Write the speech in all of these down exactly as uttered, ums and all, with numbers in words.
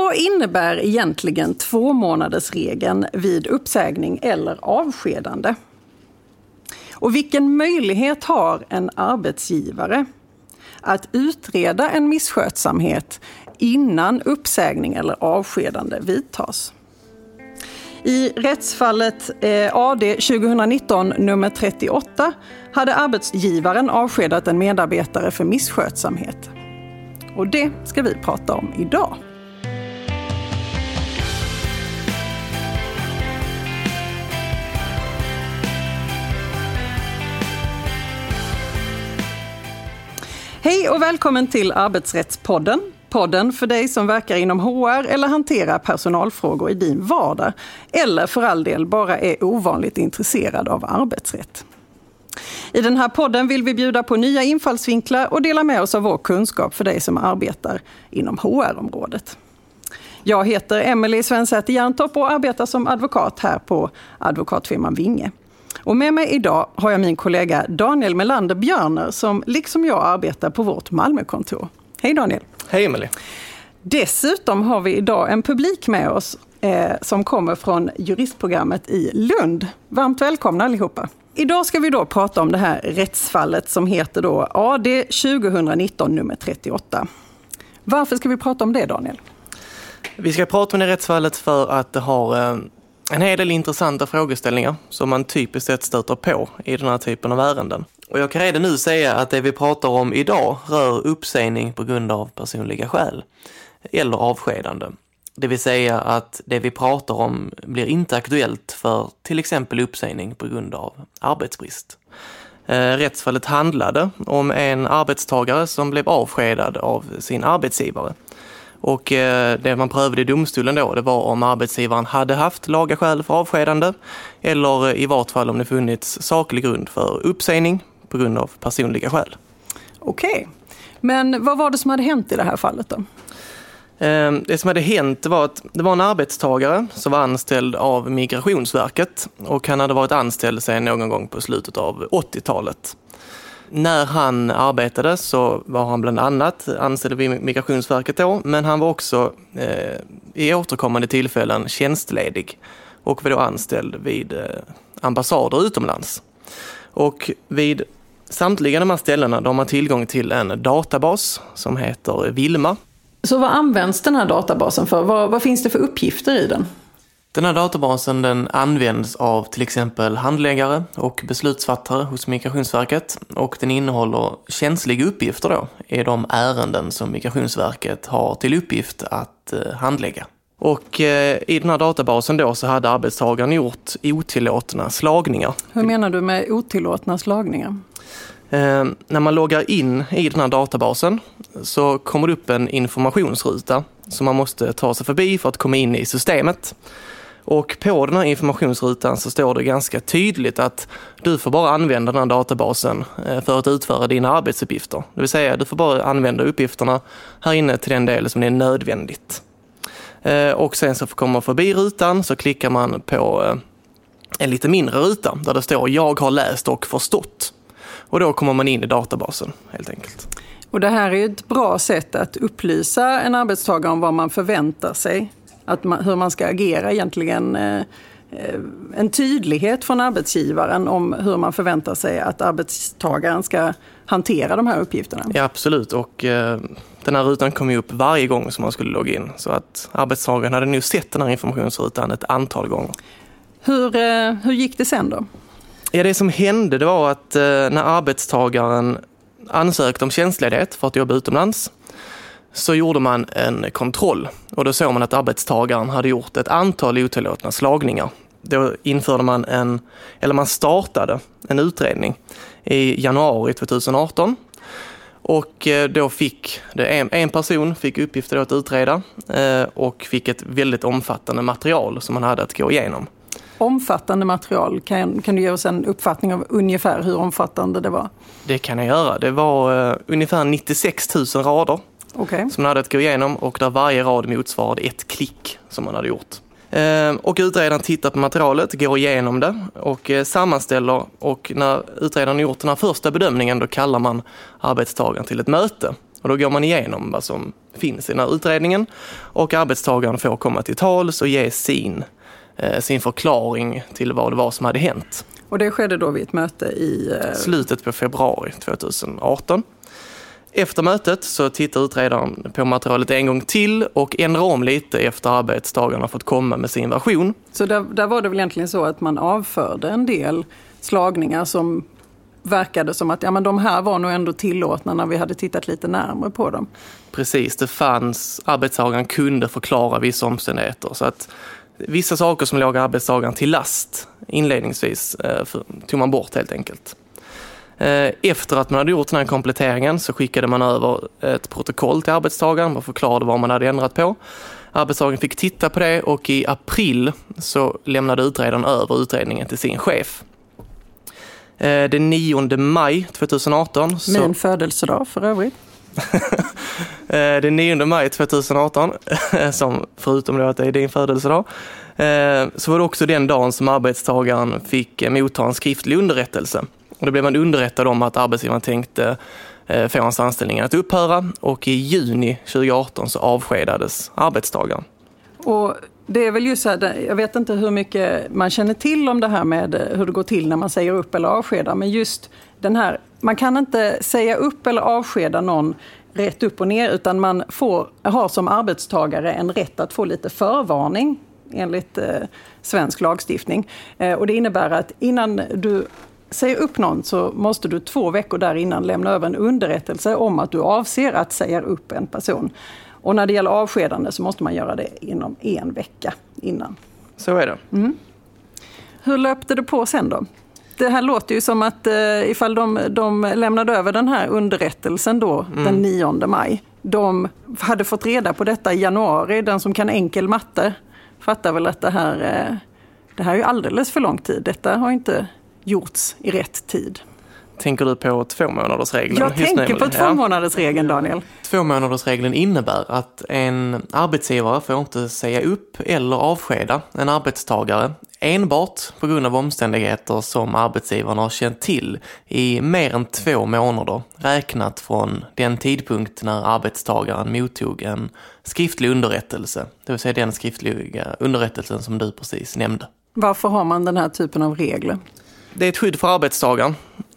Vad innebär egentligen två månadersregeln vid uppsägning eller avskedande? Och vilken möjlighet har en arbetsgivare att utreda en misskötsamhet innan uppsägning eller avskedande vidtas? I rättsfallet A D tjugonitton nummer trettioåtta hade arbetsgivaren avskedat en medarbetare för misskötsamhet. Och det ska vi prata om idag. Hej och välkommen till Arbetsrättspodden. Podden för dig som verkar inom H R eller hanterar personalfrågor i din vardag. Eller för all del bara är ovanligt intresserad av arbetsrätt. I den här podden vill vi bjuda på nya infallsvinklar och dela med oss av vår kunskap för dig som arbetar inom H R-området. Jag heter Emelie Svensäter Järntorp och arbetar som advokat här på advokatfirman Vinge. Och med mig idag har jag min kollega Daniel Melander Björner som liksom jag arbetar på vårt Malmökontor. Hej Daniel! Hej Emelie! Dessutom har vi idag en publik med oss eh, som kommer från juristprogrammet i Lund. Varmt välkomna allihopa! Idag ska vi då prata om det här rättsfallet som heter då A D tjugonitton nummer trettioåtta. Varför ska vi prata om det, Daniel? Vi ska prata om det rättsfallet för att det har eh, en hel del intressanta frågeställningar som man typiskt sett stöter på i den här typen av ärenden. Och jag kan redan nu säga att det vi pratar om idag rör uppsägning på grund av personliga skäl eller avskedande. Det vill säga att det vi pratar om blir inte aktuellt för till exempel uppsägning på grund av arbetsbrist. Eh, rättsfallet handlade om en arbetstagare som blev avskedad av sin arbetsgivare. Och eh, det man prövade i domstolen då, det var om arbetsgivaren hade haft laga skäl för avskedande eller i vart fall om det funnits saklig grund för uppsägning på grund av personliga skäl. Okej, men vad var det som hade hänt i det här fallet då? Det som hade hänt var att det var en arbetstagare som var anställd av Migrationsverket och han hade varit anställd sedan någon gång på slutet av åttiotalet. När han arbetade så var han bland annat anställd vid Migrationsverket då, men han var också eh, i återkommande tillfällen tjänstledig och var då anställd vid eh, ambassader utomlands. Och vid samtliga de här ställena då har man tillgång till en databas som heter Vilma. Så vad används den här databasen för? Vad, vad finns det för uppgifter i den? Den här databasen den används av till exempel handläggare och beslutsfattare hos Migrationsverket och den innehåller känsliga uppgifter då i de ärenden som Migrationsverket har till uppgift att eh, handlägga. Och eh, i den här databasen då så hade arbetstagaren gjort otillåtna slagningar. Hur menar du med otillåtna slagningar? Eh, när man loggar in i den här databasen så kommer det upp en informationsruta som man måste ta sig förbi för att komma in i systemet. Och på den här informationsrutan så står det ganska tydligt att du får bara använda den här databasen för att utföra dina arbetsuppgifter. Det vill säga du får bara använda uppgifterna här inne till den del som är nödvändigt. Och sen så kommer man förbi rutan så klickar man på en lite mindre ruta där det står jag har läst och förstått. Och då kommer man in i databasen helt enkelt. Och det här är ett bra sätt att upplysa en arbetstagare om vad man förväntar sig. Att man, hur man ska agera egentligen. Eh, en tydlighet från arbetsgivaren om hur man förväntar sig att arbetstagaren ska hantera de här uppgifterna. Ja, absolut. Och eh, den här rutan kom ju upp varje gång som man skulle logga in. Så att arbetstagaren hade nu sett den här informationsrutan ett antal gånger. Hur, eh, hur gick det sen då? Ja, det som hände det var att eh, när arbetstagaren ansökte om tjänstledighet för att jobba utomlands så gjorde man en kontroll och då såg man att arbetstagaren hade gjort ett antal otillåtna slagningar. Då införde man en, eller man startade en utredning i januari tjugoarton och då fick det en, en person fick uppgifter att utreda och fick ett väldigt omfattande material som man hade att gå igenom. Omfattande material. Kan, kan du ge oss en uppfattning av ungefär hur omfattande det var? Det kan jag göra. Det var uh, ungefär nittiosex tusen rader okay. som man hade att gå igenom och där varje rad motsvarade ett klick som man hade gjort. Uh, och utredaren tittar på materialet, går igenom det och uh, sammanställer och när utredaren gjort den här första bedömningen då kallar man arbetstagaren till ett möte Och då går man igenom vad som finns i den här utredningen och arbetstagaren får komma till tals och ge sin, eh, sin förklaring till vad det var som hade hänt. Och det skedde då vid ett möte i... Eh... slutet på februari tjugoarton. Efter mötet så tittar utredaren på materialet en gång till och ändrar om lite efter arbetstagaren har fått komma med sin version. Så där, där var det väl egentligen så att man avförde en del slagningar som verkade som att ja, men de här var nog ändå tillåtna när vi hade tittat lite närmare på dem. Precis, det fanns, arbetstagaren kunde förklara vissa omständigheter så att vissa saker som låg arbetstagaren till last inledningsvis eh, för, tog man bort helt enkelt. Eh, efter att man hade gjort den här kompletteringen så skickade man över ett protokoll till arbetstagaren och förklarade vad man hade ändrat på. Arbetstagaren fick titta på det och i april så lämnade utredaren över utredningen till sin chef. Eh, den nionde maj tjugoarton... Så... Min födelsedag för övrigt. Den nionde maj tjugoarton, som förutom då att det är din födelsedag, så var det också den dagen som arbetstagaren fick motta en skriftlig underrättelse. Och då blev man underrättad om att arbetsgivaren tänkte få hans anställning att upphöra och i juni tjugoarton så avskedades arbetstagaren. Och det är väl just så här, jag vet inte hur mycket man känner till om det här med hur det går till när man säger upp eller avskedar, men just den här, man kan inte säga upp eller avskeda någon rätt upp och ner utan man får ha som arbetstagare en rätt att få lite förvarning enligt eh, svensk lagstiftning. Eh, och det innebär att innan du säger upp någon så måste du två veckor där innan lämna över en underrättelse om att du avser att säga upp en person. Och när det gäller avskedande så måste man göra det inom en vecka innan. Så är det. Mm. Hur löpte det på sen då? Det här låter ju som att eh, ifall de, de lämnade över den här underrättelsen då mm. den nionde maj. De hade fått reda på detta i januari. Den som kan enkel matte fattar väl att det här, eh, det här är ju alldeles för lång tid. Detta har inte gjorts i rätt tid. Tänker du på tvåmånadersregeln? Jag tänker på tvåmånadersregeln, Daniel. Tvåmånadersregeln innebär att en arbetsgivare får inte säga upp eller avskeda en arbetstagare enbart på grund av omständigheter som arbetsgivaren har känt till i mer än två månader räknat från den tidpunkt när arbetstagaren mottog en skriftlig underrättelse. Det vill säga den skriftliga underrättelsen som du precis nämnde. Varför har man den här typen av regler? Det är ett skydd för arbetstagaren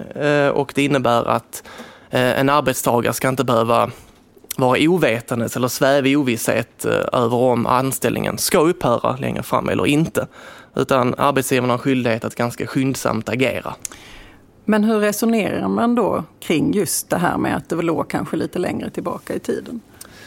och det innebär att en arbetstagare ska inte behöva vara ovetandes eller sväva i ovisshet över om anställningen ska upphöra längre fram eller inte. Utan arbetsgivaren har skyldighet att ganska skyndsamt agera. Men hur resonerar man då kring just det här med att det låg kanske lite längre tillbaka i tiden?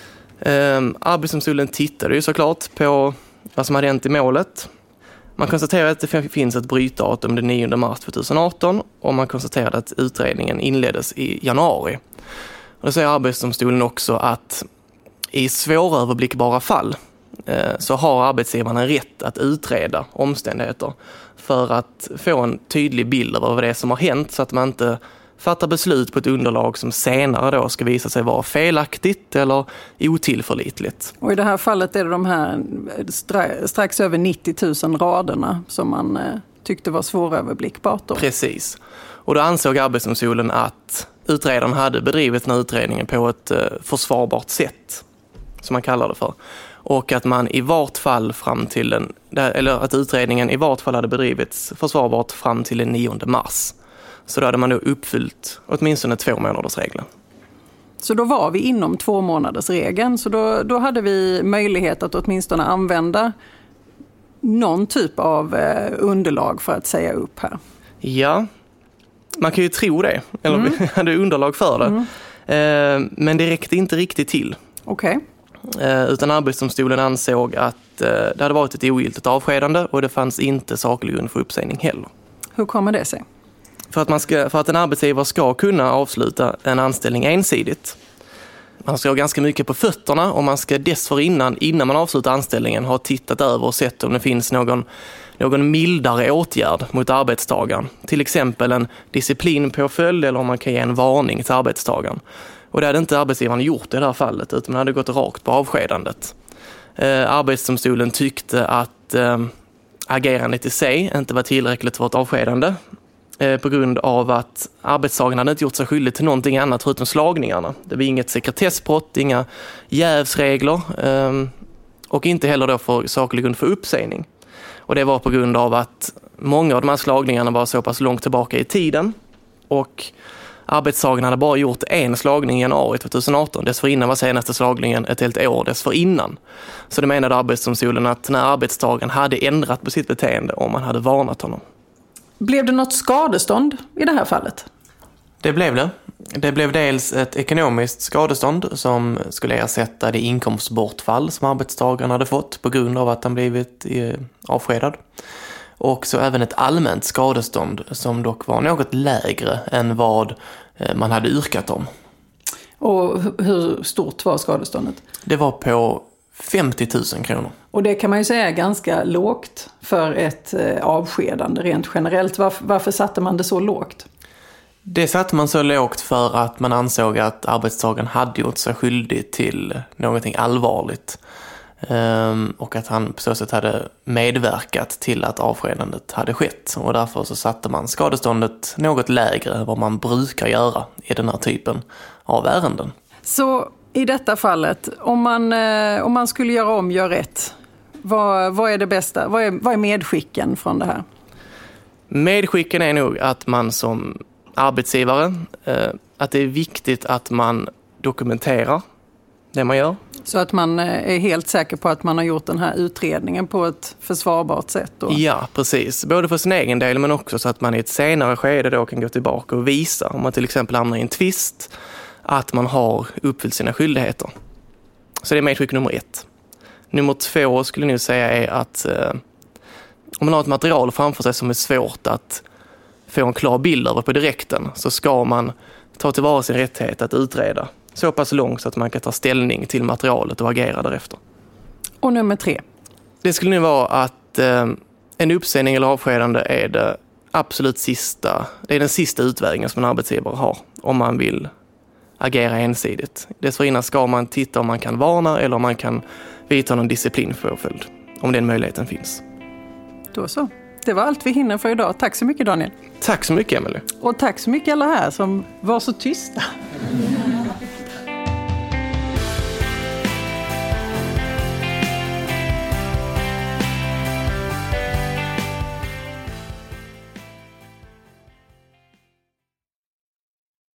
Um, Arbetsdomstolen tittade ju såklart på vad som hade hänt i målet. Man konstaterade att det finns ett brytdatum den nionde mars tjugoarton och man konstaterade att utredningen inleddes i januari. Och då säger Arbetsdomstolen också att i svåröverblickbara fall eh, så har arbetsgivaren en rätt att utreda omständigheter för att få en tydlig bild av vad det är som har hänt så att man inte fattar beslut på ett underlag som senare då ska visa sig vara felaktigt eller otillförlitligt. Och i det här fallet är det de här strax över nittio tusen raderna som man eh, tyckte var svåröverblickbart då. Precis. Och då ansåg Arbetsdomstolen att utredaren hade bedrivit den här utredningen på ett eh, försvarbart sätt, som man kallar det för. Och att man i vart fall fram till en, eller att utredningen i vart fall hade bedrivits försvarbart fram till den nionde mars. Så då hade man då uppfyllt åtminstone två månaders regeln. Så då var vi inom två månaders regeln. Så då, då hade vi möjlighet att åtminstone använda någon typ av eh, underlag för att säga upp här. Ja, man kan ju tro det. Eller mm. vi hade underlag för det. Mm. Eh, men det räckte inte riktigt till. Okej. Okay. Eh, utan Arbetsdomstolen ansåg att eh, det hade varit ett ogiltigt avskedande och det fanns inte saklig grund för uppsägning heller. Hur kommer det sig? För att, man ska, för att en arbetsgivare ska kunna avsluta en anställning ensidigt. Man ska ha ganska mycket på fötterna och man ska dessförinnan, innan man avslutar anställningen, ha tittat över och sett om det finns någon, någon mildare åtgärd mot arbetstagaren. Till exempel en disciplinpåföljd eller om man kan ge en varning till arbetstagaren. Och det hade inte arbetsgivaren gjort i det här fallet utan man hade gått rakt på avskedandet. Eh, Arbetsdomstolen tyckte att eh, agerandet i sig inte var tillräckligt för ett avskedande. eh, på grund av att arbetstagaren hade inte gjort sig skyldig till någonting annat förutom slagningarna. Det var inget sekretessbrott, inga jävsregler eh, och inte heller då för saklig grund för uppsägning. Och det var på grund av att många av de här slagningarna var så pass långt tillbaka i tiden och arbetstagaren hade bara gjort en slagning i januari tjugoarton. Dessförinnan var senaste slagningen ett helt år dessförinnan. Så det menade arbetsdomstolen att när arbetstagaren hade ändrat på sitt beteende om man hade varnat honom. Blev det något skadestånd i det här fallet? Det blev det. Det blev dels ett ekonomiskt skadestånd som skulle ersätta det inkomstbortfall som arbetstagaren hade fått på grund av att han blivit avskedad. Och så även ett allmänt skadestånd som dock var något lägre än vad man hade yrkat om. Och hur stort var skadeståndet? Det var på femtio tusen kronor. Och det kan man ju säga är ganska lågt för ett avskedande rent generellt. Varför, varför satte man det så lågt? Det satte man så lågt för att man ansåg att arbetstagaren hade gjort sig skyldig till någonting allvarligt. Um, och att han på så sätt hade medverkat till att avskedandet hade skett. Och därför så satte man skadeståndet något lägre än vad man brukar göra i den här typen av ärenden. Så i detta fallet, om man, eh, om man skulle göra om, gör rätt, vad, vad är det bästa? Vad är, vad är medskicken från det här? Medskicken är nog att man som arbetsgivare, eh, att det är viktigt att man dokumenterar det man gör. Så att man är helt säker på att man har gjort den här utredningen på ett försvarbart sätt då? Ja, precis. Både för sin egen del men också så att man i ett senare skede då kan gå tillbaka och visa, om man till exempel hamnar i en tvist, att man har uppfyllt sina skyldigheter. Så det är medskick nummer ett. Nummer två skulle jag nu säga är att eh, om man har ett material framför sig som är svårt att få en klar bild över på direkten, så ska man ta tillvara sin rättighet att utreda så pass långt så att man kan ta ställning till materialet och agera därefter. Och nummer tre? Det skulle nu vara att eh, en uppsägning eller avskedande är det absolut sista, det är den sista utvägen som en arbetsgivare har om man vill agera ensidigt. Dessförinnan ska man titta om man kan varna eller om man kan vidta någon disciplinpåföljd, om den möjligheten finns. Då så. Det var allt vi hinner för idag. Tack så mycket, Daniel. Tack så mycket, Emelie. Och tack så mycket alla här som var så tysta.